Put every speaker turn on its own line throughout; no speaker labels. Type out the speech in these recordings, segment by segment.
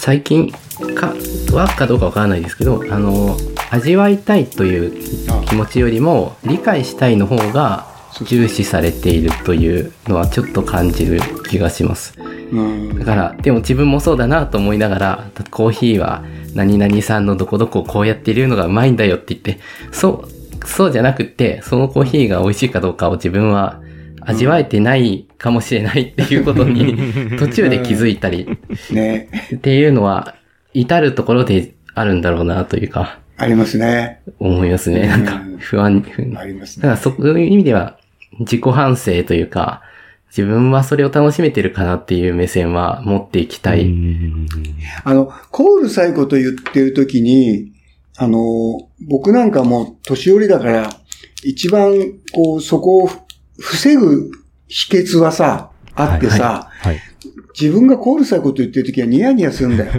最近かどうかわからないですけど、味わいたいという気持ちよりも理解したいの方が重視されているというのはちょっと感じる気がします。だからでも自分もそうだなと思いながら、コーヒーは何々さんのどこどこをこうやって入れるのがうまいんだよって言って、そうじゃなくって、そのコーヒーが美味しいかどうかを自分は味わえてないかもしれないっていうことに途中で気づいたりっていうのは至るところであるんだろうなというか。
ありますね。
思いますね。なんか不安。
ありますね。
だからそういう意味では自己反省というか、自分はそれを楽しめてるかなっていう目線は持っていきたい。
コール最後と言ってるときに、僕なんかもう年寄りだから、一番そこを防ぐ秘訣はさ、あってさ、自分がコール最後と言ってるときはニヤニヤするんだよ。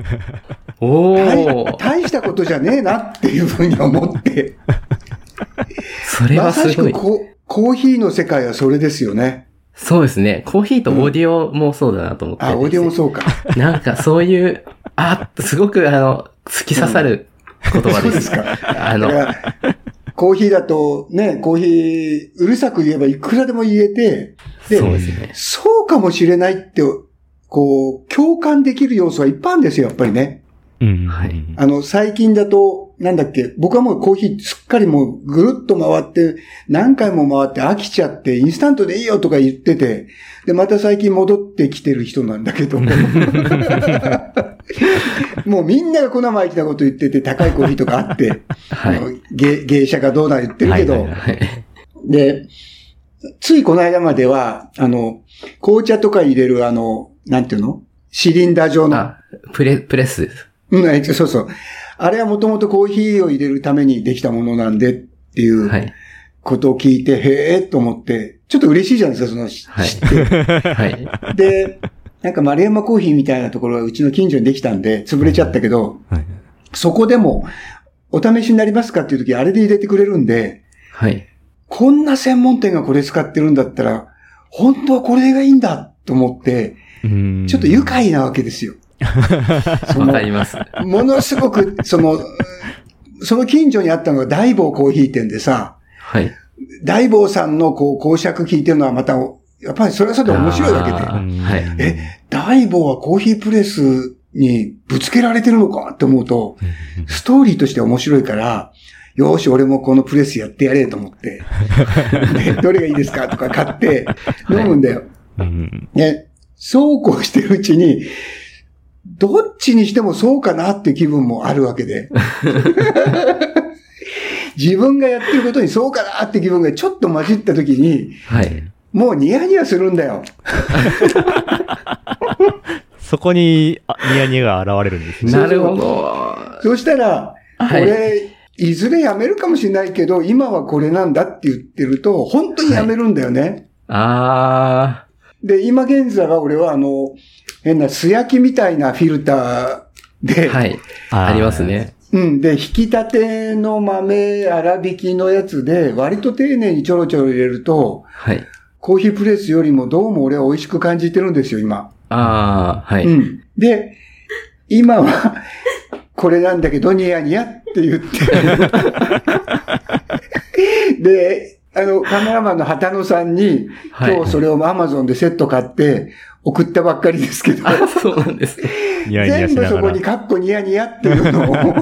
大したことじゃねえなっていうふうに思って。
それはすごい。
まさしくコーヒーの世界はそれですよね。
そうですね。コーヒーとオーディオもそうだなと思って、
オーディオもそうか。
なんかそういう、すごく突き刺さる言葉です。そうですか。
コーヒーだとね、コーヒーうるさく言えばいくらでも言えて、
そうですね。
そうかもしれないって、共感できる要素はいっぱいあるんですよ、やっぱりね。
はい。
最近だと、なんだっけ、僕はもうコーヒーすっかりもうぐるっと回って、何回も回って飽きちゃって、インスタントでいいよとか言ってて、で、また最近戻ってきてる人なんだけども。もうみんながこの前来たこと言ってて、高いコーヒーとかあって、芸者がどうな言ってるけど、で、ついこの間までは、紅茶とか入れるなんていうの？シリンダー状の。
プレスです。
そうそう。あれはもともとコーヒーを入れるためにできたものなんでっていうことを聞いて、へーと思って、ちょっと嬉しいじゃないですか、知って。はい。で、なんか丸山コーヒーみたいなところがうちの近所にできたんで、潰れちゃったけど、そこでも、お試しになりますかっていう時、あれで入れてくれるんで、こんな専門店がこれ使ってるんだったら、本当はこれがいいんだと思って、ちょっと愉快なわけですよ。
わかります。
ものすごく、その近所にあったのが大坊コーヒー店でさ、大坊さんの講釈聞いてるのはまた、やっぱりそれはそれで面白いわけで、大坊はコーヒープレスにぶつけられてるのかって思うと、ストーリーとして面白いから、よーし、俺もこのプレスやってやれと思って、でどれがいいですかとか買って飲むんだよ。ね、そうこうしてるうちに、どっちにしてもそうかなって気分もあるわけで。自分がやってることにそうかなって気分がちょっと混じった時に、もうニヤニヤするんだよ。
そこにニヤニヤが現れるんですね。
なるほど。
そしたら、これ、いずれやめるかもしれないけど、今はこれなんだって言ってると、本当にやめるんだよね。で、今現在は俺は変な素焼きみたいなフィルターで、
ありますね。
で、引き立ての豆粗挽きのやつで、割と丁寧にちょろちょろ入れると、コーヒープレスよりもどうも俺は美味しく感じてるんですよ、今。で、今は、これなんだけど、ニヤニヤって言って。で、カメラマンの畑野さんに、今日それを Amazon でセット買って送ったばっかりですけど。
そうなんです。
全部そこにカッコニヤニヤっていうのを。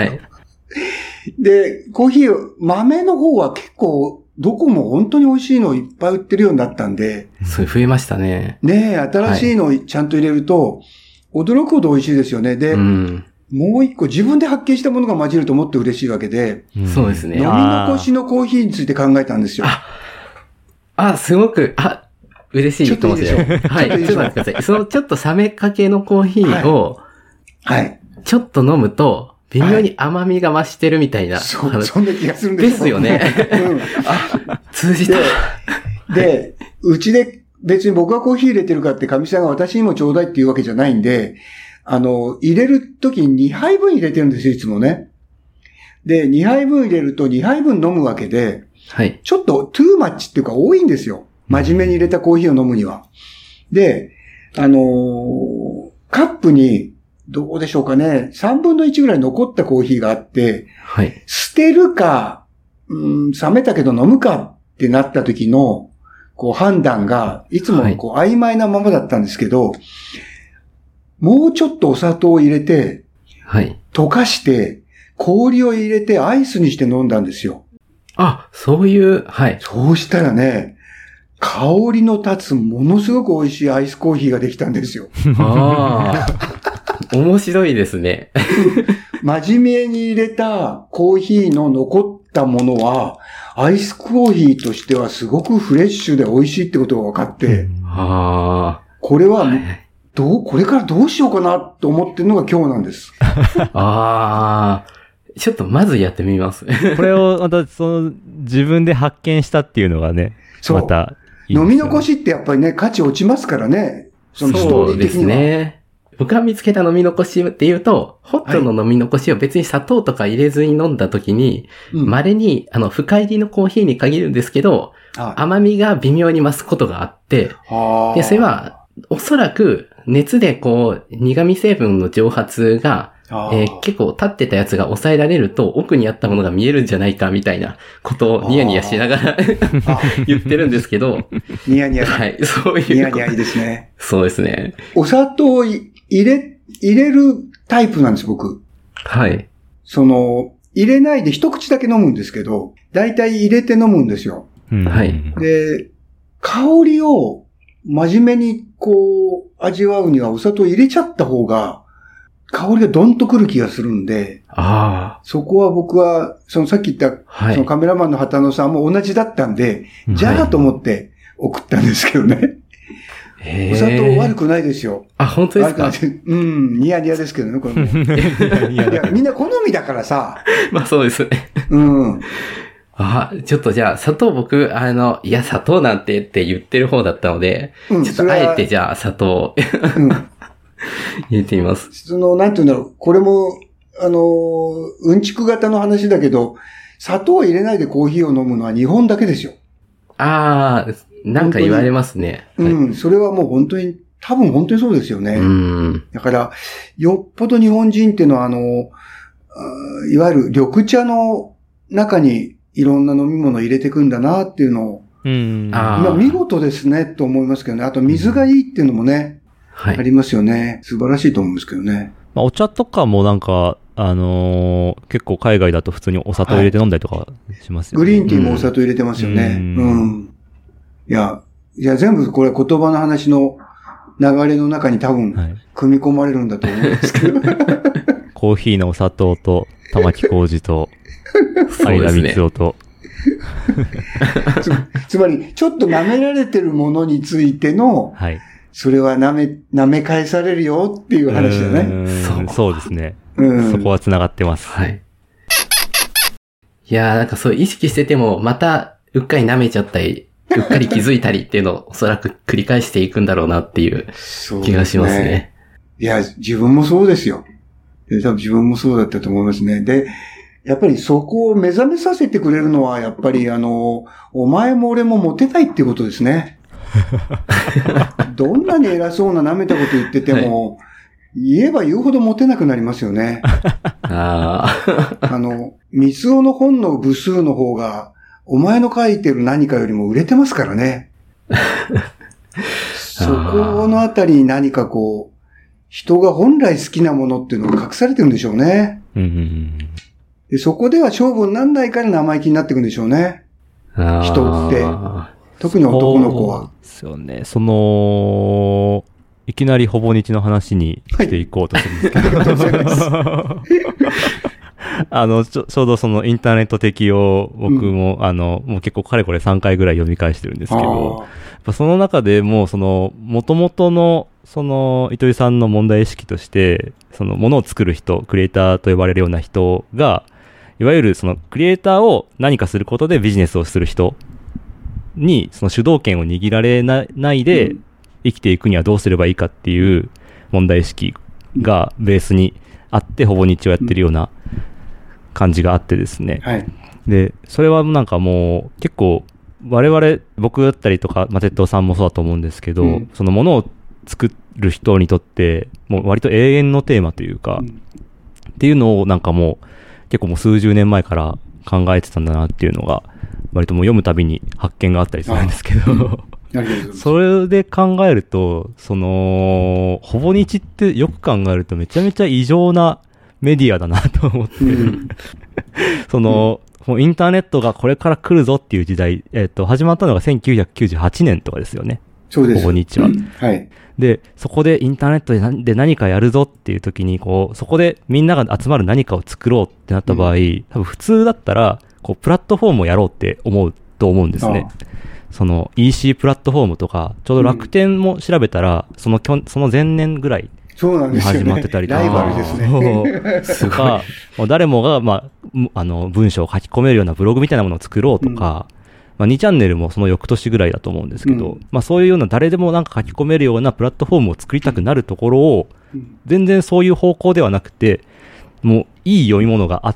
で、コーヒー、豆の方は結構、どこも本当に美味しいのをいっぱい売ってるようになったんで。
それ増えましたね。
ねえ、新しいのをちゃんと入れると、驚くほど美味しいですよね。で、もう一個自分で発見したものが混じるともっと嬉しいわけで。
そうですね。
飲み残しのコーヒーについて考えたんですよ。
すごく、嬉しいかもしれない。ちょっと待ってください。そのちょっと冷めかけのコーヒーを、ちょっと飲むと、微妙に甘みが増してるみたいな。
そんな気がするんです
ですよね。通じた。
で、うちで別に僕がコーヒー入れてるかって神さんが私にもちょうだいっていうわけじゃないんで、入れるときに2杯分入れてるんですよ、いつもね。で、2杯分入れると2杯分飲むわけで、ちょっとトゥーマッチっていうか多いんですよ。真面目に入れたコーヒーを飲むには。で、カップにどうでしょうかね。3分の1ぐらい残ったコーヒーがあって、
はい。
捨てるか、冷めたけど飲むかってなった時の、こう判断が、いつもこう曖昧なままだったんですけど、もうちょっとお砂糖を入れて、
はい。
溶かして、氷を入れてアイスにして飲んだんですよ。
あ、そういう、はい。
そうしたらね、香りの立つものすごく美味しいアイスコーヒーができたんですよ。
ああ。面白いですね。
真面目に入れたコーヒーの残ったものは、アイスコーヒーとしてはすごくフレッシュで美味しいってことが分かって、これは、これからどうしようかなと思ってるのが今日なんです。
ああ。ちょっとまずやってみます。
これをまた自分で発見したっていうのがね、また
いいですね。飲み残しってやっぱりね、価値落ちますからね。そのストーリー的には。そうですね。
僕が見つけた飲み残しっていうと、ホットの飲み残しを別に砂糖とか入れずに飲んだ時に、稀に、深入りのコーヒーに限るんですけど、甘みが微妙に増すことがあって、で、それは、おそらく、熱でこう、苦味成分の蒸発が、結構立ってたやつが抑えられると奥にあったものが見えるんじゃないかみたいなことをニヤニヤしながら言ってるんですけど。
ニヤニヤ。
はい、そういう。
ニヤニヤいいですね。
そうですね。
お砂糖を入れるタイプなんです、僕。
はい。
入れないで一口だけ飲むんですけど、だいたい入れて飲むんですよ。
はい。
で、香りを真面目にこう味わうにはお砂糖入れちゃった方が、香りがドンとくる気がするんで、そこは僕は、さっき言った、そのカメラマンの畑野さんも同じだったんで、じゃあと思って送ったんですけどね。お砂糖悪くないですよ。
あ、本当ですか？
ニヤニヤですけどね、これも。いや、みんな好みだからさ。
まあそうですね。ちょっとじゃあ、砂糖僕、いや、砂糖なんてって言ってる方だったので、ちょっとあえてじゃあ、砂糖。入れてみます。
なんていうんだろう。これも、うんちく型の話だけど、砂糖を入れないでコーヒーを飲むのは日本だけですよ。
なんか言われますね。
それはもう本当に、多分本当にそうですよね。だから、よっぽど日本人っていうのは、いわゆる緑茶の中にいろんな飲み物を入れていくんだなっていうのを、見事ですね、と思いますけどね。あと水がいいっていうのもね、ありますよね。素晴らしいと思うんですけどね。
お茶とかもなんか、結構海外だと普通にお砂糖入れて飲んだりとかしますよね。
グリーンティーもお砂糖入れてますよね。いや、全部これ言葉の話の流れの中に多分、組み込まれるんだと思うんですけど。
コーヒーのお砂糖と、玉木浩二と、有田光雄と。
つまり、ちょっと舐められてるものについての、それは舐め返されるよっていう話だね。
そうですね。そこは繋がってます。
はい。いやー、なんかそう意識してても、またうっかり舐めちゃったり、うっかり気づいたりっていうのをおそらく繰り返していくんだろうなっていう気がしますね。
いや、自分もそうですよ。多分自分もそうだったと思いますね。で、やっぱりそこを目覚めさせてくれるのは、やっぱりお前も俺もモテたいっていうことですね。どんなに偉そうな舐めたこと言ってても、言えば言うほどモテなくなりますよね。三つ男の本の部数の方が、お前の書いてる何かよりも売れてますからね。そこのあたりに何かこう、人が本来好きなものっていうのが隠されてるんでしょうね。でそこでは勝負にならないから生意気になっていくんでしょうね。人って。特に男の子は。
そうですよね。いきなりほぼ日の話にしていこうとするんですけど。ありがとうございます。ちょうどそのインターネット適用、僕も、もう結構かれこれ3回ぐらい読み返してるんですけど、やっぱその中でも元々の、糸井さんの問題意識として、物を作る人、クリエイターと呼ばれるような人が、いわゆるクリエイターを何かすることでビジネスをする人に、主導権を握られないで生きていくにはどうすればいいかっていう問題意識がベースにあって、ほぼ日をやってるような感じがあってですね。で、それはなんかもう結構僕だったりとか、鉄道さんもそうだと思うんですけど、物を作る人にとって、もう割と永遠のテーマというか、っていうのをなんかもう、結構もう数十年前から考えてたんだなっていうのが、割ともう読むたびに発見があったりするんですけど、それで考えると、ほぼ日ってよく考えるとめちゃめちゃ異常なメディアだなと思って、もうインターネットがこれから来るぞっていう時代、始まったのが1998年とかですよね。
そうです。
ほぼ日は。
はい。
で、そこでインターネットで何かやるぞっていう時に、そこでみんなが集まる何かを作ろうってなった場合、多分普通だったら、プラットフォームをやろうって思うと思うんですね。EC プラットフォームとか、ちょうど楽天も調べたら、その前年ぐらいに始まってたりとか、
ライバルですね。
とか、もう誰もが、文章を書き込めるようなブログみたいなものを作ろうとか、2チャンネルもその翌年ぐらいだと思うんですけど、そういうような誰でもなんか書き込めるようなプラットフォームを作りたくなるところを、全然そういう方向ではなくて、もういい読み物があって、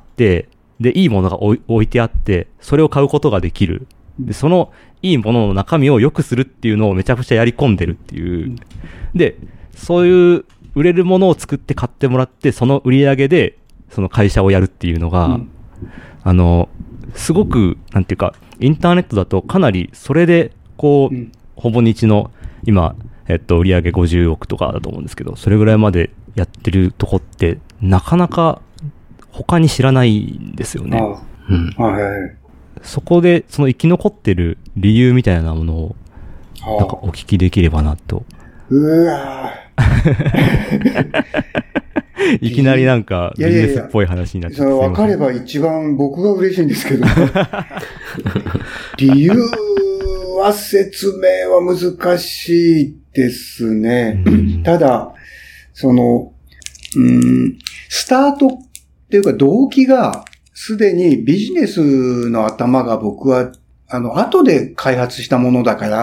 で、いいものが置いてあって、それを買うことができる。で、そのいいものの中身を良くするっていうのをめちゃくちゃやり込んでるっていう。で、そういう売れるものを作って買ってもらって、その売り上げで、その会社をやるっていうのが、すごく、なんていうか、インターネットだとかなりそれで、ほぼ日の今、売り上げ50億とかだと思うんですけど、それぐらいまでやってるとこって、なかなか他に知らないんですよね。そこで、その生き残ってる理由みたいなものを、なんかお聞きできればなと。いきなりなんかビジネスっぽい話になっちゃって。
分かれば一番僕が嬉しいんですけど。理由は説明は難しいですね。ただ、スタートっていうか動機がすでにビジネスの頭が僕は後で開発したものだから、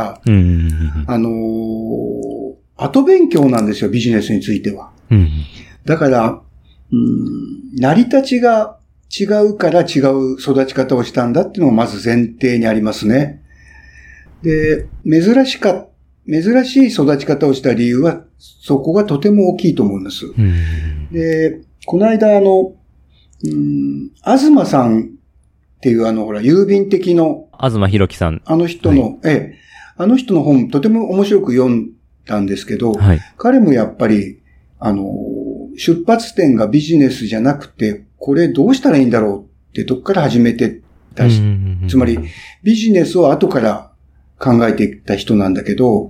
後勉強なんですよ、ビジネスについては。だから、成り立ちが違うから違う育ち方をしたんだっていうのがまず前提にありますね。で、珍しい育ち方をした理由は、そこがとても大きいと思います。で、この間東さんっていう郵便的の、
東博樹さん。
あの人の本とても面白く読んだんですけど、彼もやっぱり、出発点がビジネスじゃなくて、これどうしたらいいんだろうってとこから始めてたし、つまりビジネスを後から考えていった人なんだけど、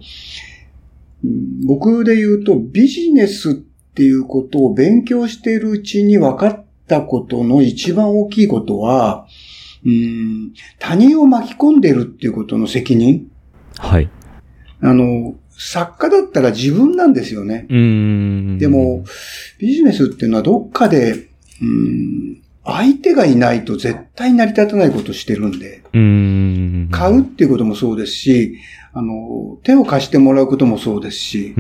僕で言うとビジネスっていうことを勉強しているうちに分かったことの一番大きいことは、他人を巻き込んでるっていうことの責任。
はい。
作家だったら自分なんですよね。でも、ビジネスっていうのはどっかで、相手がいないと絶対成り立たないことをしてるんで、買うっていうこともそうですし、手を貸してもらうこともそうですし、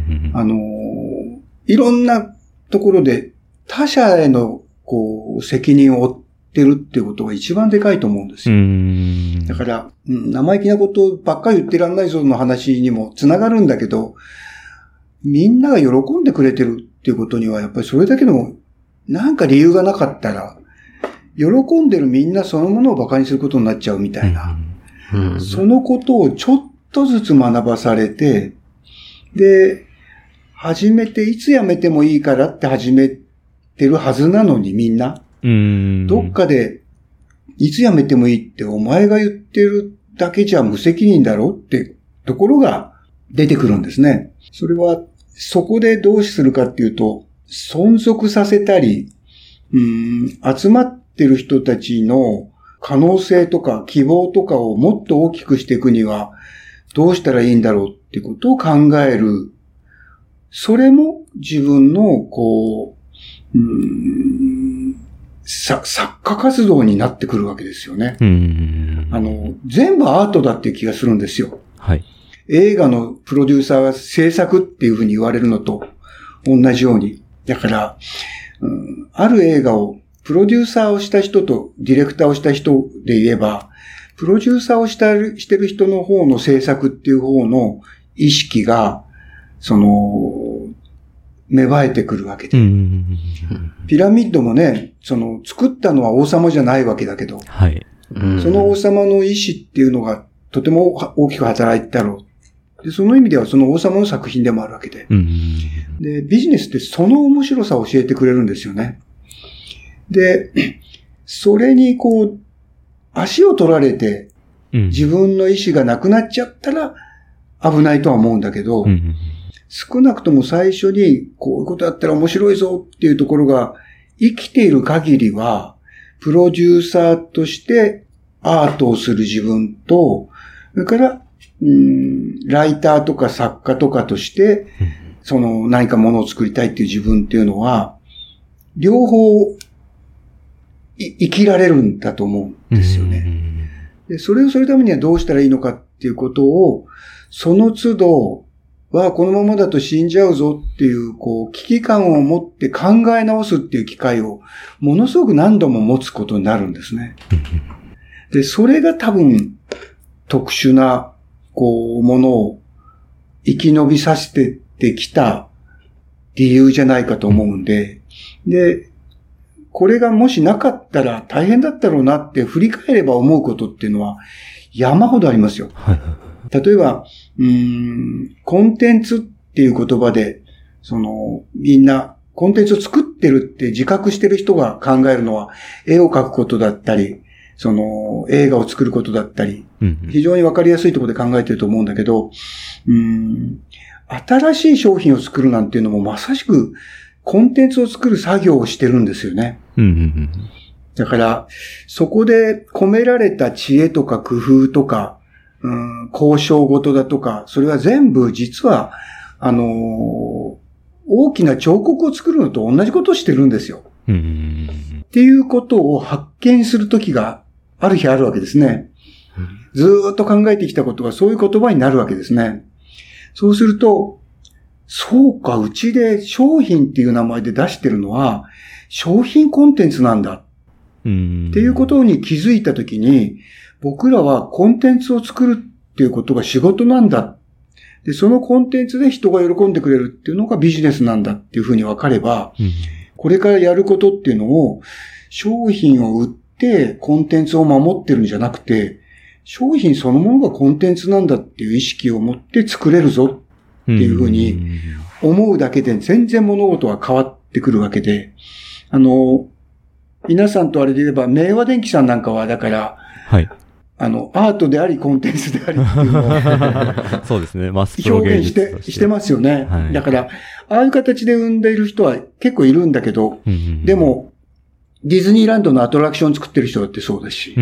いろんなところで他者への責任を負ってるっていうことが一番でかいと思うんですよ。だから、生意気なことばっかり言ってらんないぞの話にもつながるんだけど、みんなが喜んでくれてるっていうことにはやっぱりそれだけのなんか理由がなかったら、喜んでるみんなそのものを馬鹿にすることになっちゃうみたいな。そのことをちょっとずつ学ばされて、で、始めていつやめてもいいからって始めてるはずなのにみんな。どっかで、いつやめてもいいってお前が言ってるだけじゃ無責任だろってところが出てくるんですね。それは、そこでどうするかっていうと、存続させたり、集まってる人たちの可能性とか希望とかをもっと大きくしていくには、どうしたらいいんだろうってことを考える。それも自分の、作家活動になってくるわけですよね。全部アートだっていう気がするんですよ。
はい。
映画のプロデューサーが制作っていうふうに言われるのと同じように。だから、ある映画をプロデューサーをした人とディレクターをした人で言えば、プロデューサーをしてる人の方の制作っていう方の意識が芽生えてくるわけで。ピラミッドもね、作ったのは王様じゃないわけだけど、
はい。
その王様の意志っていうのがとても大きく働いてたろう。で、その意味ではその王様の作品でもあるわけで。で、ビジネスってその面白さを教えてくれるんですよね。で、それに足を取られて、自分の意志がなくなっちゃったら危ないとは思うんだけど、少なくとも最初にこういうことやったら面白いぞっていうところが生きている限りは、プロデューサーとしてアートをする自分と、それから、ライターとか作家とかとして、何かものを作りたいっていう自分っていうのは、両方生きられるんだと思うんですよね。で、それをするためにはどうしたらいいのかっていうことを、その都度はこのままだと死んじゃうぞっていう、危機感を持って考え直すっていう機会をものすごく何度も持つことになるんですね。で、それが多分特殊な、ものを生き延びさせてってきた理由じゃないかと思うんで、で、これがもしなかったら大変だったろうなって振り返れば思うことっていうのは山ほどありますよ。例えば、コンテンツっていう言葉で、みんなコンテンツを作ってるって自覚してる人が考えるのは、絵を描くことだったり、映画を作ることだったり、非常にわかりやすいところで考えてると思うんだけど、新しい商品を作るなんていうのもまさしくコンテンツを作る作業をしてるんですよね。だから、そこで込められた知恵とか工夫とか、交渉事だとか、それは全部実は、大きな彫刻を作るのと同じことをしてるんですよ。っていうことを発見するときがある日あるわけですね。ずーっと考えてきたことがそういう言葉になるわけですね。そうすると、そうか、うちで商品っていう名前で出してるのは商品コンテンツなんだっていうことに気づいたときに、僕らはコンテンツを作るっていうことが仕事なんだ。で、そのコンテンツで人が喜んでくれるっていうのがビジネスなんだっていうふうに分かれば、これからやることっていうのを商品を売ってコンテンツを守ってるんじゃなくて、商品そのものがコンテンツなんだっていう意識を持って作れるぞっていうふうに思うだけで全然物事は変わってくるわけで、皆さんとあれで言えば、明和電機さんなんかはだから、
はい。
アートでありコンテンツでありっていうのを
そうですね。マスプロ
表現してますよね。
はい、
だから、ああいう形で生んでいる人は結構いるんだけど、でも、ディズニーランドのアトラクション作ってる人だってそうだし、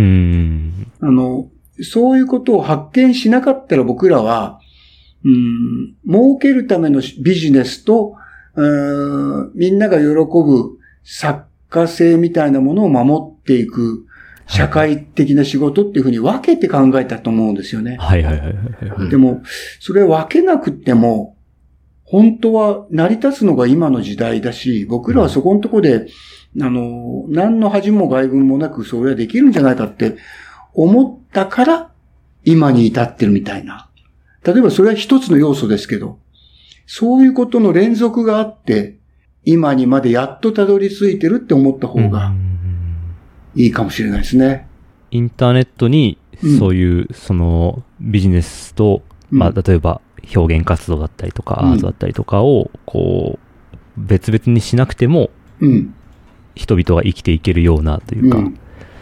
そういうことを発見しなかったら僕らは、儲けるためのビジネスと、みんなが喜ぶ作家性みたいなものを守っていく社会的な仕事っていうふうに分けて考えたと思うんですよね。でも、それ分けなくても、本当は成り立つのが今の時代だし、僕らはそこのとこで、何の恥も外聞もなくそれはできるんじゃないかって思ったから、今に至ってるみたいな。例えばそれは一つの要素ですけど、そういうことの連続があって、今にまでやっとたどり着いてるって思った方がいいかもしれないですね。
インターネットにそういう、ビジネスと、例えば表現活動だったりとか、アートだったりとかを、別々にしなくても、人々が生きていけるようなというか、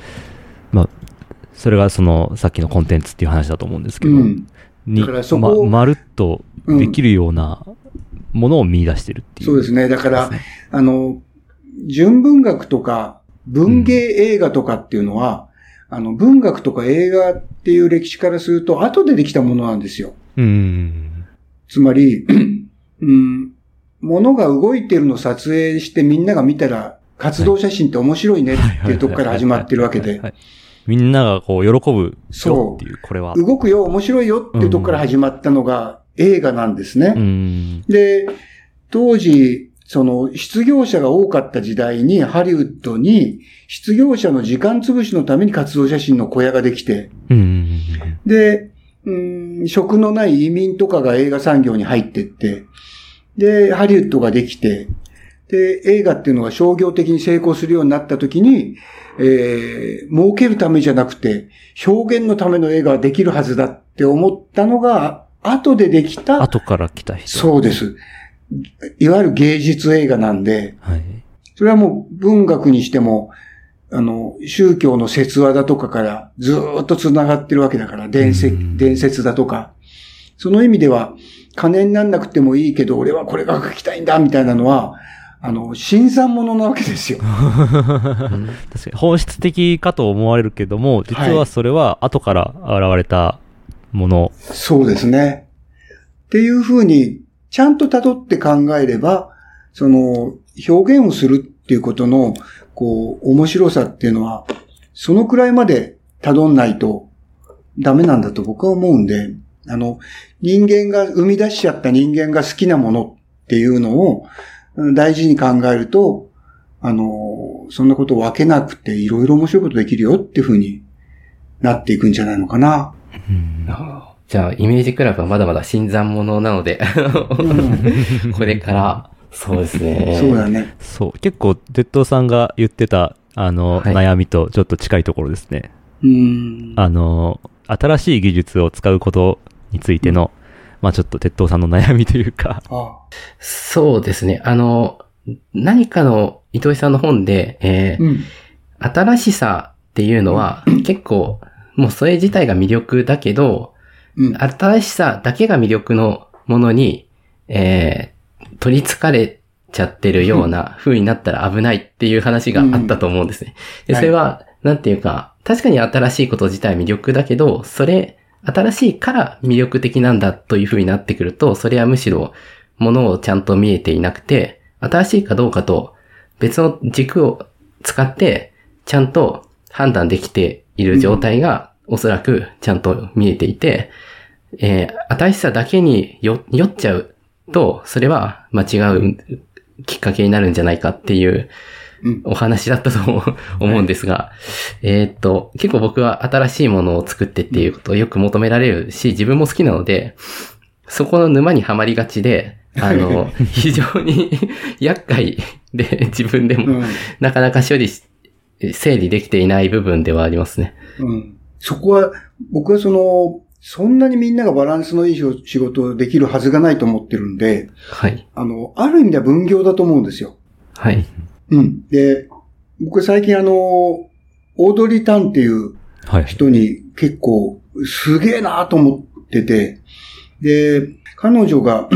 それがさっきのコンテンツっていう話だと思うんですけど、だからそこまるっとできるようなものを見出してるっていう、
そうですね。だから、純文学とか文芸映画とかっていうのは、文学とか映画っていう歴史からすると後でできたものなんですよ。つまり、物が動いてるのを撮影してみんなが見たら活動写真って面白いねっていうとこから始まってるわけで。
みんなが喜ぶよっていう、これは。
動くよ、面白いよっていうとこから始まったのが映画なんですね。で、当時、失業者が多かった時代にハリウッドに失業者の時間潰しのために活動写真の小屋ができて、で、 職のない移民とかが映画産業に入ってって、で、ハリウッドができて、で、映画っていうのが商業的に成功するようになった時に、儲けるためじゃなくて、表現のための映画ができるはずだって思ったのが、後でできた。
後から来た人。
そうです。いわゆる芸術映画なんで、
はい。
それはもう文学にしても、宗教の説話だとかからずーっと繋がってるわけだから、伝説だとか。その意味では、金になんなくてもいいけど、俺はこれが書きたいんだ、みたいなのは、新参者なわけですよ。
確かに本質的かと思われるけども、実はそれは後から現れたもの。
はい、そうですね。っていうふうに、ちゃんと辿って考えれば、表現をするっていうことの、面白さっていうのは、そのくらいまで辿んないとダメなんだと僕は思うんで、人間が生み出しちゃった人間が好きなものっていうのを大事に考えると、そんなことを分けなくていろいろ面白いことできるよっていうふうになっていくんじゃないのかな。
じゃあ、イメージクラブはまだまだ新参者なので、これから、そうですね。
そうだね。
そう。結構、鉄道さんが言ってた、はい、悩みとちょっと近いところですね。新しい技術を使うことについての、まあちょっと鉄道さんの悩みというか。
そうですね。何かの糸井さんの本で、新しさっていうのは、結構、もうそれ自体が魅力だけど、新しさだけが魅力のものに、取り憑かれちゃってるような風になったら危ないっていう話があったと思うんですね。で、それは、なんていうか、確かに新しいこと自体魅力だけど、新しいから魅力的なんだという風になってくると、それはむしろ、ものをちゃんと見えていなくて、新しいかどうかと別の軸を使って、ちゃんと判断できている状態が、おそらくちゃんと見えていて、新しさだけに酔っちゃうと、それは間違うきっかけになるんじゃないかっていうお話だったと思うんですが、結構僕は新しいものを作ってっていうことをよく求められるし、自分も好きなので、そこの沼にはまりがちで、非常に厄介で自分でもなかなか整理できていない部分ではありますね。
そこは、僕はそんなにみんながバランスのいい仕事をできるはずがないと思ってるんで、
はい。
ある意味では分業だと思うんですよ。
はい。
で、僕最近オードリー・タンっていう人に結構すげえなと思ってて、で、彼女が、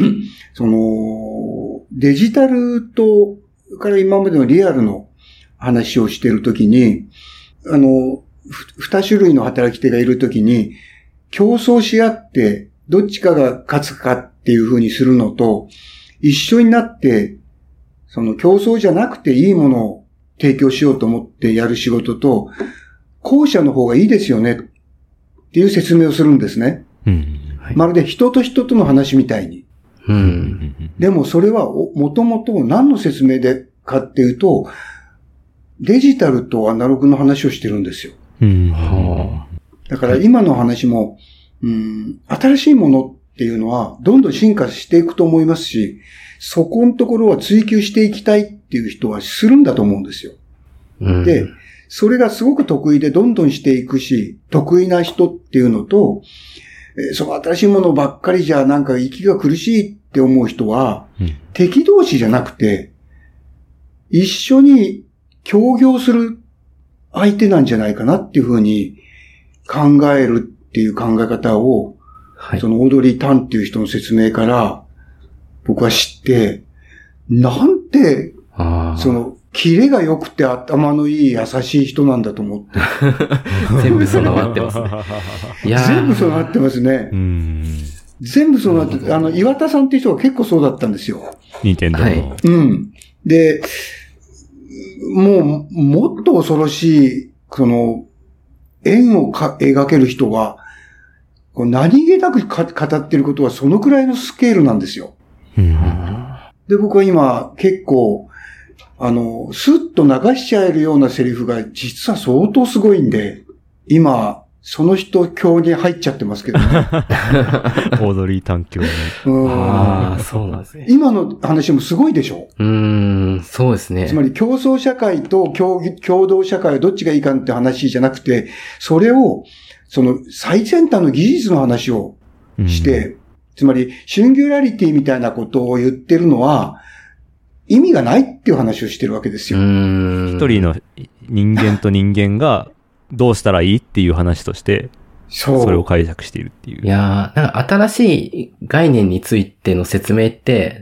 デジタルと、から今までのリアルの話をしているときに、二種類の働き手がいるときに、競争し合って、どっちかが勝つかっていう風にするのと、一緒になって、競争じゃなくていいものを提供しようと思ってやる仕事と、後者の方がいいですよねっていう説明をするんですね。まるで人と人との話みたいに。でもそれはもともと何の説明でかっていうと、デジタルとアナログの話をしてるんですよ。だから今の話も、新しいものっていうのはどんどん進化していくと思いますし、そこのところは追求していきたいっていう人はするんだと思うんですよ。で、それがすごく得意でどんどんしていくし、得意な人っていうのと、その新しいものばっかりじゃなんか息が苦しいって思う人は、敵同士じゃなくて、一緒に協業する相手なんじゃないかなっていうふうに考えるっていう考え方を、そのオードリー・タンっていう人の説明から僕は知って、なんて、キレが良くて頭のいい優しい人なんだと思って。
全部備わってますね。
全部備わってますね。全部備わって、岩田さんっていう人が結構そうだったんですよ。
任天堂の。
で、もっと恐ろしい、円を描ける人は、何気なく語ってることはそのくらいのスケールなんですよ。で、僕は今結構、スッと流しちゃえるようなセリフが実は相当すごいんで、今、 その人教に入っちゃってますけどね。
オードリー・タン教に。
ああ、そうなんですね。
今の話もすごいでしょ？
そうですね。
つまり競争社会と共同社会はどっちがいいかって話じゃなくて、それを、その最先端の技術の話をして、つまりシンギュラリティみたいなことを言ってるのは、意味がないっていう話をしてるわけですよ。
一人の人間と人間が、どうしたらいいっていう話として、それを解釈しているっていう。
いやー、なんか新しい概念についての説明って、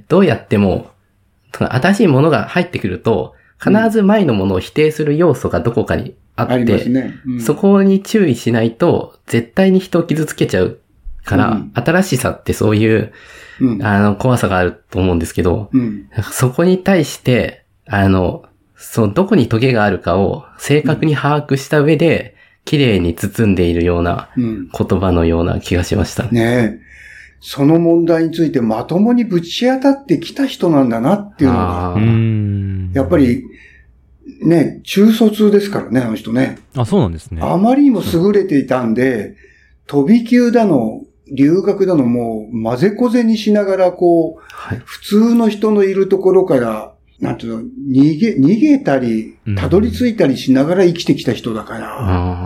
どうやっても、新しいものが入ってくると、必ず前のものを否定する要素がどこかにあって、
ありますね。
そこに注意しないと、絶対に人を傷つけちゃうから、新しさってそういう、怖さがあると思うんですけど、そこに対して、どこにトゲがあるかを正確に把握した上で、綺麗に包んでいるような言葉のような気がしました。
ねえ。その問題についてまともにぶち当たってきた人なんだなっていうのが、やっぱり、ね、中卒ですからね、あの人ね。
あ、そうなんですね。
あまりにも優れていたんで、飛び級だの、留学だのもう混ぜこぜにしながら普通の人のいるところから、なんていうの、逃げたり、たどり着いたりしながら生きてきた人だから。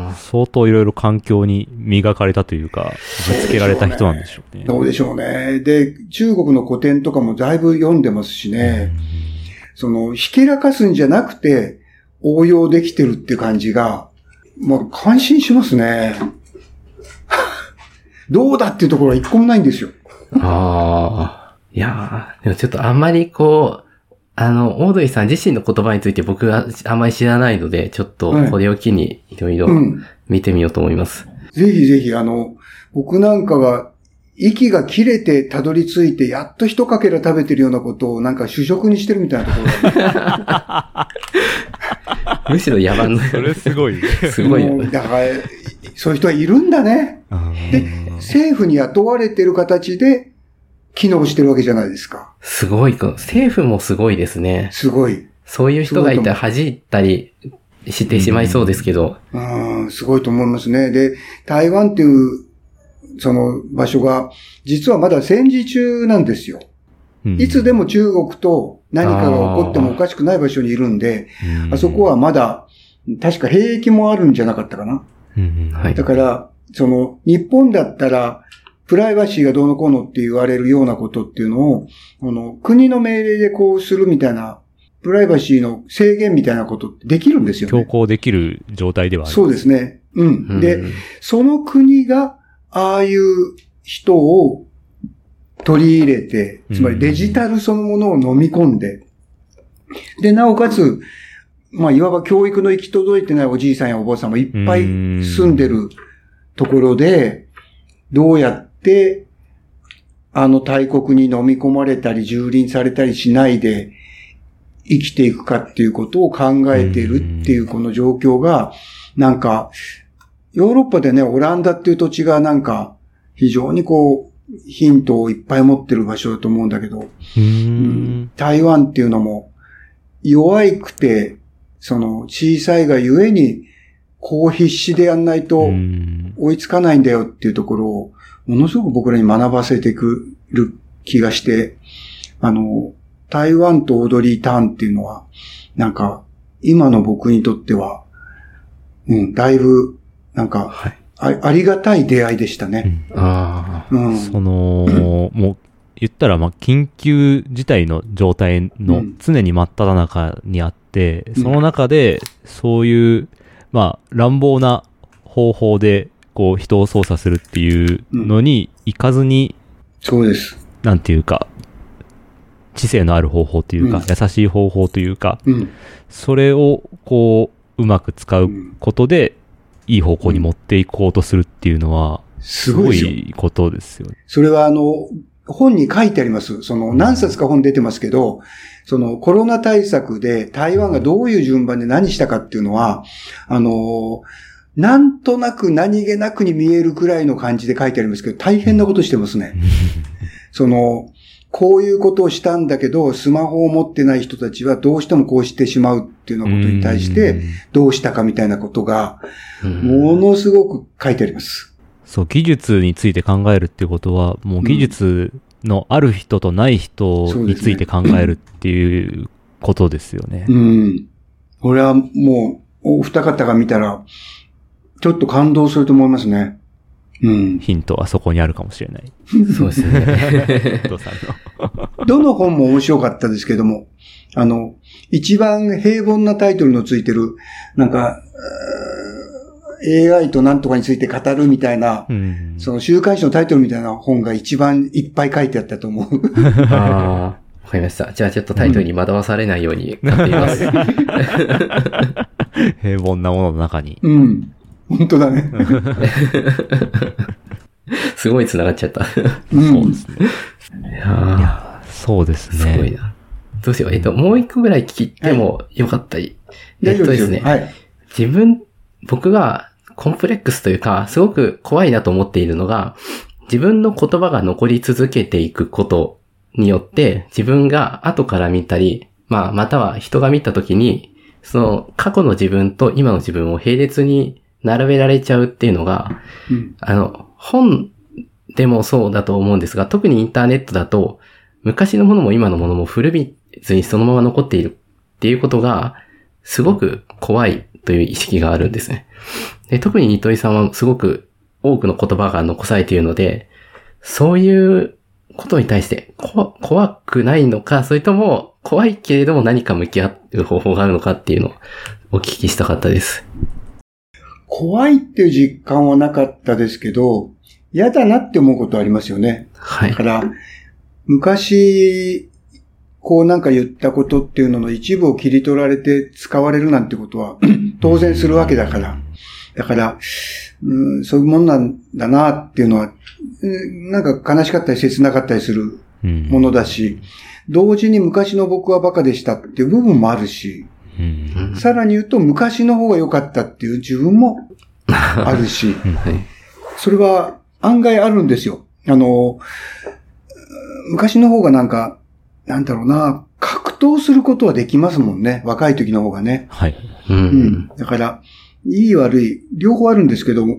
相当いろいろ環境に磨かれたというか、ぶつけられた人なんでしょうね。
そうでしょうね。で、中国の古典とかもだいぶ読んでますしね。ひけらかすんじゃなくて、応用できてるって感じが、感心しますね。どうだっていうところは一個もないんですよ。
いやー、でもちょっとあんまりオードリーさん自身の言葉について僕はあんまり知らないので、ちょっとこれを機にいろいろ見てみようと思います。
ぜひぜひ、僕なんかが息が切れてたどり着いて、やっと一かけら食べてるようなことをなんか主食にしてるみたいなところが、
むしろ野蛮な。
それすごい。
すごい。
だから、そういう人はいるんだね。で、政府に雇われてる形で機能してるわけじゃないですか。
すごい。政府もすごいですね。
すごい。
そういう人がいたら弾いたりしてしまいそうですけど。
すごいと思いますね。で、台湾っていうその場所が実はまだ戦時中なんですよ。いつでも中国と何かが起こってもおかしくない場所にいるんで、あそこはまだ確か兵役もあるんじゃなかったかな。だから、日本だったら、プライバシーがどうのこうのって言われるようなことっていうのを、国の命令でこうするみたいな、プライバシーの制限みたいなことってできるんですよね。
強行できる状態ではある。
そうですね。で、その国が、ああいう人を取り入れて、つまりデジタルそのものを飲み込んで、で、なおかつ、いわば教育の行き届いてないおじいさんやおばあさんもいっぱい住んでるところで、どうやって大国に飲み込まれたり蹂躙されたりしないで生きていくかっていうことを考えているっていうこの状況が、なんか、ヨーロッパでね、オランダっていう土地がなんか、非常にヒントをいっぱい持ってる場所だと思うんだけど、台湾っていうのも弱くて、小さいがゆえに、必死でやんないと追いつかないんだよっていうところを、ものすごく僕らに学ばせてくる気がして、台湾とオードリー・タンっていうのは、なんか、今の僕にとっては、だいぶ、なんか、ありがたい出会いでしたね。
もう、言ったら、緊急事態の状態の常に真っ只中にあって、その中で、そういう、乱暴な方法で、人を操作するっていうのに行かずに、
そうです。
なんていうか、知性のある方法というか、優しい方法というか、それを、うまく使うことで、いい方向に持っていこうとするっていうのは、すごいことですよね。
それは本に書いてあります。何冊か本出てますけど、コロナ対策で台湾がどういう順番で何したかっていうのは、なんとなく何気なくに見えるくらいの感じで書いてありますけど、大変なことしてますね。 こういうことをしたんだけど、スマホを持ってない人たちはどうしてもこうしてしまうっていうようなことに対して、どうしたかみたいなことが、ものすごく書いてあります。
そう、技術について考えるっていうことは、もう技術のある人とない人について考えるっていうことですよね。
俺はもう、お二方が見たら、ちょっと感動すると思いますね。
ヒントはそこにあるかもしれない。
そうですね。
どの本も面白かったですけども、一番平凡なタイトルのついてる、なんか、AI となんとかについて語るみたいな、その週刊誌のタイトルみたいな本が一番いっぱい書いてあったと思う。
ああ、わかりました。じゃあちょっとタイトルに惑わされないように買ってみます。
平凡なものの中に。
本当だね。
すごい繋がっちゃった。
そうですね。
いや
そうですね。
すごいな。どうしよう。もう一個ぐらい聞いてもよかったり。ですね。
はい。
僕がコンプレックスというか、すごく怖いなと思っているのが、自分の言葉が残り続けていくことによって、自分が後から見たり、または人が見たときに、その過去の自分と今の自分を並列に並べられちゃうっていうのが、本でもそうだと思うんですが、特にインターネットだと、昔のものも今のものも古びずにそのまま残っているっていうことが、すごく怖いという意識があるんですね。で、特に糸井さんはすごく多くの言葉が残されているので、そういうことに対して怖くないのか、それとも怖いけれども何か向き合う方法があるのかっていうのをお聞きしたかったです。
怖いっていう実感はなかったですけど、嫌だなって思うことはありますよね。
はい。
だから、昔、こうなんか言ったことっていうのの一部を切り取られて使われるなんてことは当然するわけだから。だから、そういうもんなんだなっていうのは、なんか悲しかったり切なかったりするものだし、同時に昔の僕はバカでしたっていう部分もあるし、さらに言うと昔の方が良かったっていう自分もあるし、それは案外あるんですよ。昔の方がなんか、なんだろうな、格闘することはできますもんね。若い時の方がね。
はい。
だから、いい悪い、両方あるんですけども、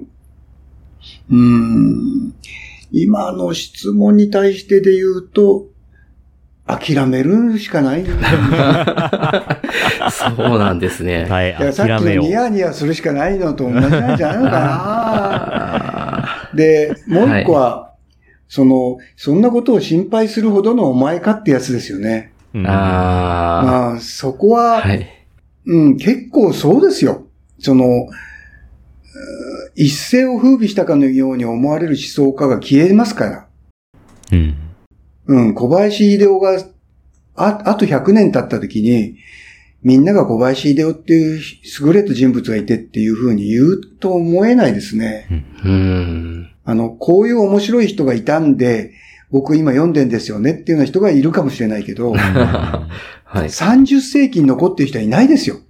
今の質問に対してで言うと、諦めるしかないんだよね。
そうなんですね。
はい、
いやさっきのニヤニヤするしかないのと同じなんじゃないのかな。で、もう一個は、そんなことを心配するほどのお前かってやつですよね。そこは、結構そうですよ。一世を風靡したかのように思われる思想家が消えますから。小林秀夫が、あと100年経った時に、みんなが小林秀夫っていう優れた人物がいてっていう風に言うと思えないですね。こういう面白い人がいたんで、僕今読んでんですよねっていうような人がいるかもしれないけど、30世紀に残ってる人はいないですよ。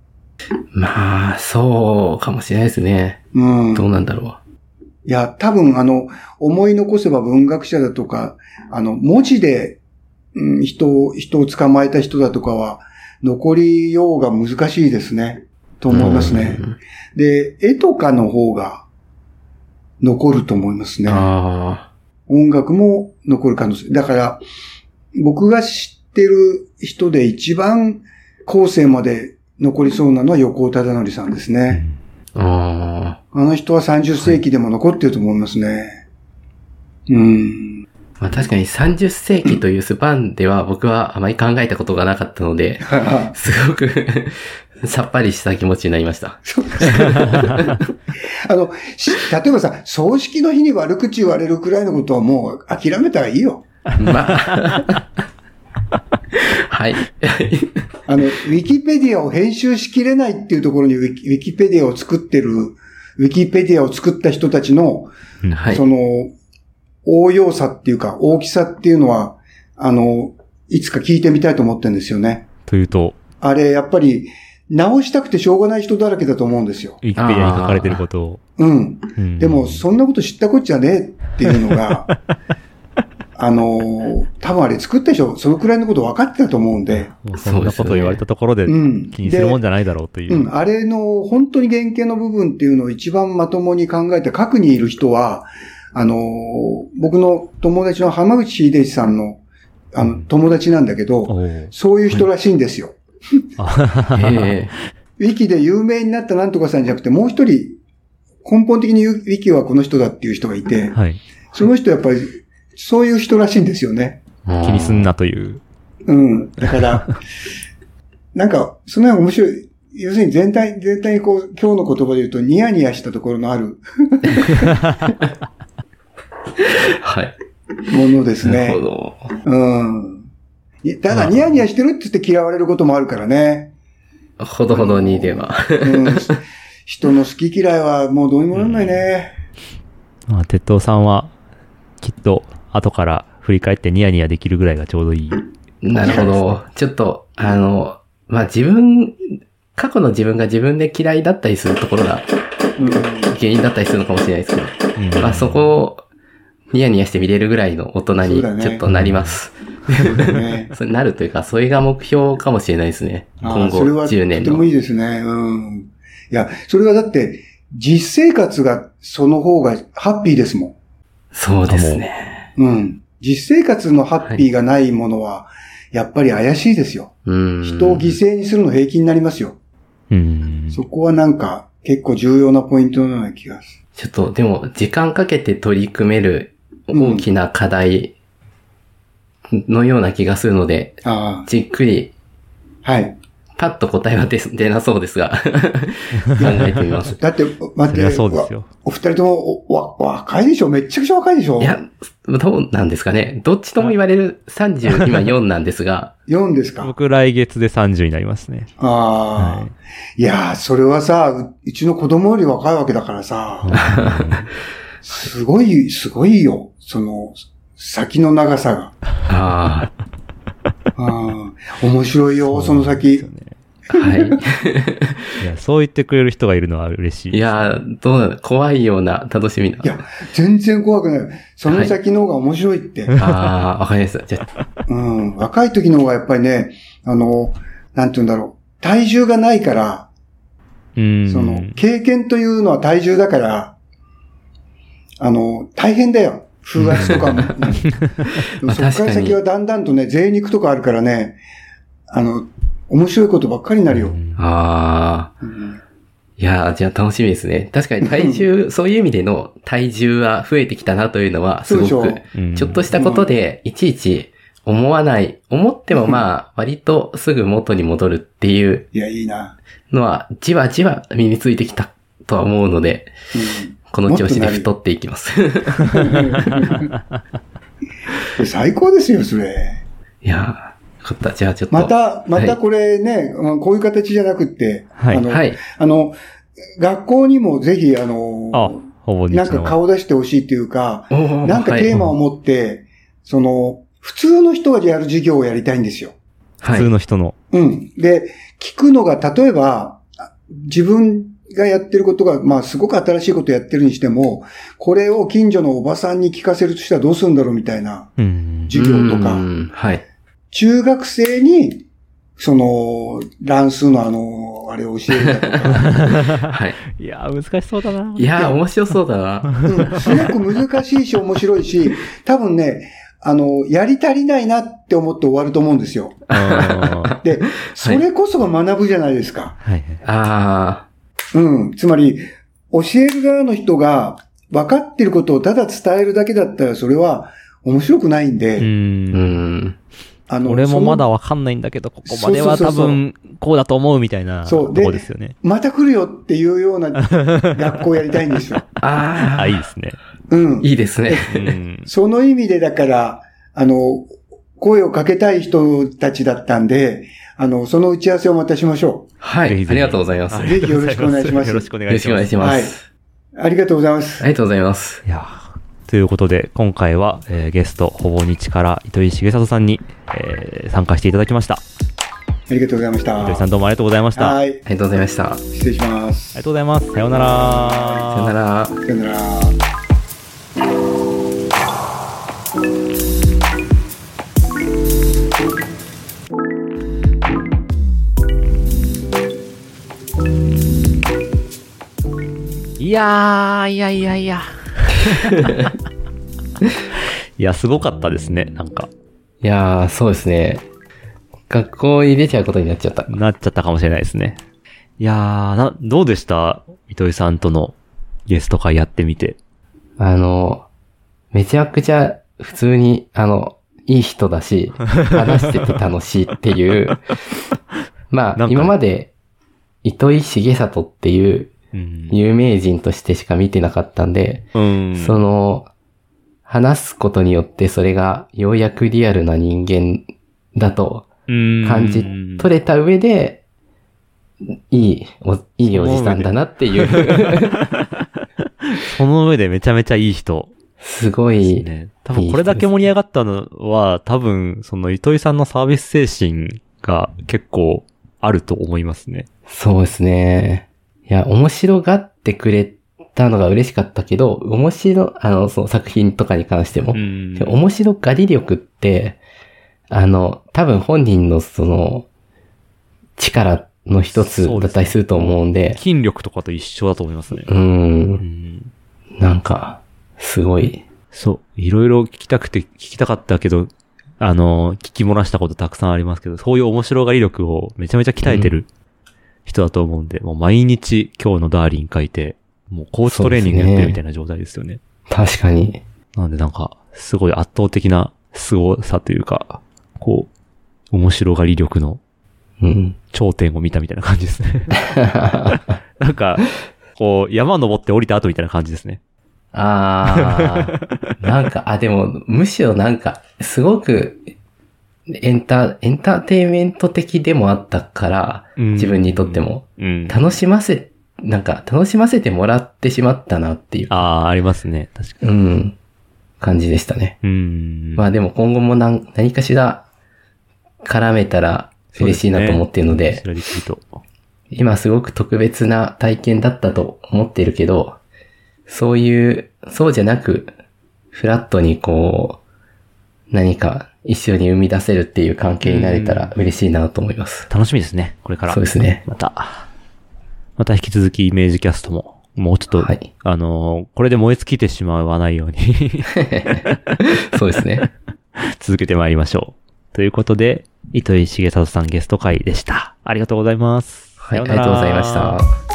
そうかもしれないですね。どうなんだろう。
いや、多分思い残せば文学者だとか、文字で、人を捕まえた人だとかは、残りようが難しいですね。と思いますね。で、絵とかの方が残ると思いますね。音楽も残る可能性。だから、僕が知ってる人で一番後世まで残りそうなのは横尾忠則さんですね。あの人は30世紀でも残ってると思いますね。
確かに30世紀というスパンでは僕はあまり考えたことがなかったので、すごくさっぱりした気持ちになりました。
そうです例えばさ、葬式の日に悪口言われるくらいのことはもう諦めたらいいよ。
はい。
ウィキペディアを編集しきれないっていうところにウィキペディアを作ってる、ウィキペディアを作った人たちの、応用さっていうか、大きさっていうのは、いつか聞いてみたいと思ってるんですよね。
というと？
あれ、やっぱり、直したくてしょうがない人だらけだと思うんですよ。
ウィキペディアに書かれてることを。
でも、そんなこと知ったこっちゃねえっていうのが、 多分あれ作った人、そのくらいのこと分かってたと思うんで。
もうそんなことを言われたところで気にするもんじゃないだろうという。
あれの本当に原型の部分っていうのを一番まともに考えて核にいる人は、僕の友達の浜口秀一さんの、友達なんだけど、そういう人らしいんですよ。ウィキで有名になったなんとかさんじゃなくて、もう一人、根本的にウィキはこの人だっていう人がいて、はい、その人やっぱり、そういう人らしいんですよね。
気にすんなという。
だから、なんか、その辺面白い。要するに全体にこう、今日の言葉で言うと、ニヤニヤしたところのある。
はい。
ものですね。
なるほど。
ただ、ニヤニヤしてるって言って嫌われることもあるからね。
ほどほどにでは。
人の好き嫌いはもうどうにもなんないね。
鉄塔さんは、きっと、後から振り返ってニヤニヤできるぐらいがちょうどいい。
なるほど。ちょっと、過去の自分が自分で嫌いだったりするところが、原因だったりするのかもしれないですけど、そこをニヤニヤして見れるぐらいの大人にちょっとなります。そうなるというか、それが目標かもしれないですね。今後10年の。
とてもいいですね。いや、それはだって、実生活がその方がハッピーですもん。
そうですね。
実生活のハッピーがないものは、やっぱり怪しいですよ。人を犠牲にするの平気になりますよ。そこはなんか、結構重要なポイントのような気がする。
ちょっと、でも、時間かけて取り組める大きな課題のような気がするので、じっくり、
はい。
パッと答えは出なそうですが、考えてみます。
だって、待って、そうですよ。お二人とも若いでしょ？めっちゃくちゃ若いでしょ？
いや、どうなんですかね。どっちとも言われる30、今4なんですが。
4ですか？
僕来月で30になりますね。
いやー、それはさ、うちの子供より若いわけだからさ、すごいよ。その、先の長さが。面白いよ、その先。
はい。
いや、そう言ってくれる人がいるのは嬉しい。
いや、どうなの？怖いような楽しみな。
いや、全然怖くない。その先の方が面白いって。
わかりました。じゃ
若い時の方がやっぱりね、なんて言うんだろう。体重がないから、経験というのは体重だから、大変だよ。風圧とかも。そっから先はだんだんとね、贅肉とかあるからね、面白いことばっかりになるよ。
いや、じゃあ楽しみですね。確かに体重、そういう意味での体重は増えてきたなというのは、すごく、ちょっとしたことで、いちいち思っても割とすぐ元に戻るっていうのは、じわじわ身についてきたとは思うので、この調子で太っていきます。
最高ですよ、それ。
いやじゃあちょっと。
またこれね、こういう形じゃなくって、学校にもぜひ、なんか顔出してほしいっていうか、なんかテーマを持って、普通の人がやる授業をやりたいんですよ。
普通の人の。
で、聞くのが、例えば、自分がやってることが、すごく新しいことやってるにしても、これを近所のおばさんに聞かせるとしたらどうするんだろうみたいな、授業とか、中学生に、乱数のあれを教えるだとか。
いやー、難しそうだな。
いやー、面白そうだな。
すごく難しいし面白いし、多分ね、やり足りないなって思って終わると思うんですよ。で、それこそが学ぶじゃないですか。つまり、教える側の人が分かっていることをただ伝えるだけだったら、それは面白くないんで。
俺もまだ分かんないんだけど、ここまでは多分こうだと思うみたいなとこですよね。
また来るよっていうような学校をやりたいんですよ。
いいですね。
いいですね。
その意味でだから、声をかけたい人たちだったんで、その打ち合わせをまたしましょう。
はい。ありがとうございます。
ぜひよろしくお願いします。
よろしくお願いします。
はい。
ありがとうございます。
ありがとうございます。
いやということで、今回は、ゲスト、ほぼ日から糸井重里さんに、参加していただきました。
ありがとうございました。
糸井さんどうもありがとうございました。
はい。ありがとうございました。
失礼します。
ありがとうございます。さようなら。
さようなら。
さようなら。
や。いや、すごかったですね、なんか。
いやー、そうですね。学校に出ちゃうことになっちゃった。
なっちゃったかもしれないですね。いやー、どうでした糸井さんとのゲスト会やってみて。
めちゃくちゃ普通に、いい人だし、話してて楽しいっていう、まあ、今まで、糸井重里っていう有名人としてしか見てなかったんで、話すことによってそれがようやくリアルな人間だと感じ取れた上で、いいおじさんだなっていう。
その上でめちゃめちゃいい人。
すごい。
多分これだけ盛り上がったのは、多分その糸井さんのサービス精神が結構あると思いますね。
そうですね。いや、面白がってくれたのが嬉しかったけど、その作品とかに関しても、面白がり力って、多分本人のその、力の一つだったりすると思うんで。
筋力とかと一緒だと思いますね。
なんか、すごい。
そう。いろいろ聞きたかったけど、聞き漏らしたことたくさんありますけど、そういう面白がり力をめちゃめちゃ鍛えてる人だと思うんで、もう毎日今日のダーリン書いて、もうコーチトレーニングやってるみたいな状態ですよね。
確かに。
なのでなんか、すごい圧倒的な凄さというか、こう、面白がり力の頂点を見たみたいな感じですね。なんか、こう、山登って降りた後みたいな感じですね。
なんか、でも、むしろなんか、すごく、エンターテイメント的でもあったから、自分にとっても、楽しませてもらってしまったなっていう。
ありますね。確かに。
感じでしたね。まあでも今後も何かしら絡めたら嬉しいなと思っているので、今すごく特別な体験だったと思っているけど、そうじゃなく、フラットにこう、何か一緒に生み出せるっていう関係になれたら嬉しいなと思います。
楽しみですね、これから。
そうですね。
また引き続きイメージキャストも、もうちょっと、これで燃え尽きてしまわないように。
そうですね。
続けてまいりましょう。ということで、糸井重里さんゲスト会でした。ありがとうございます。
はい、ありがとうございました。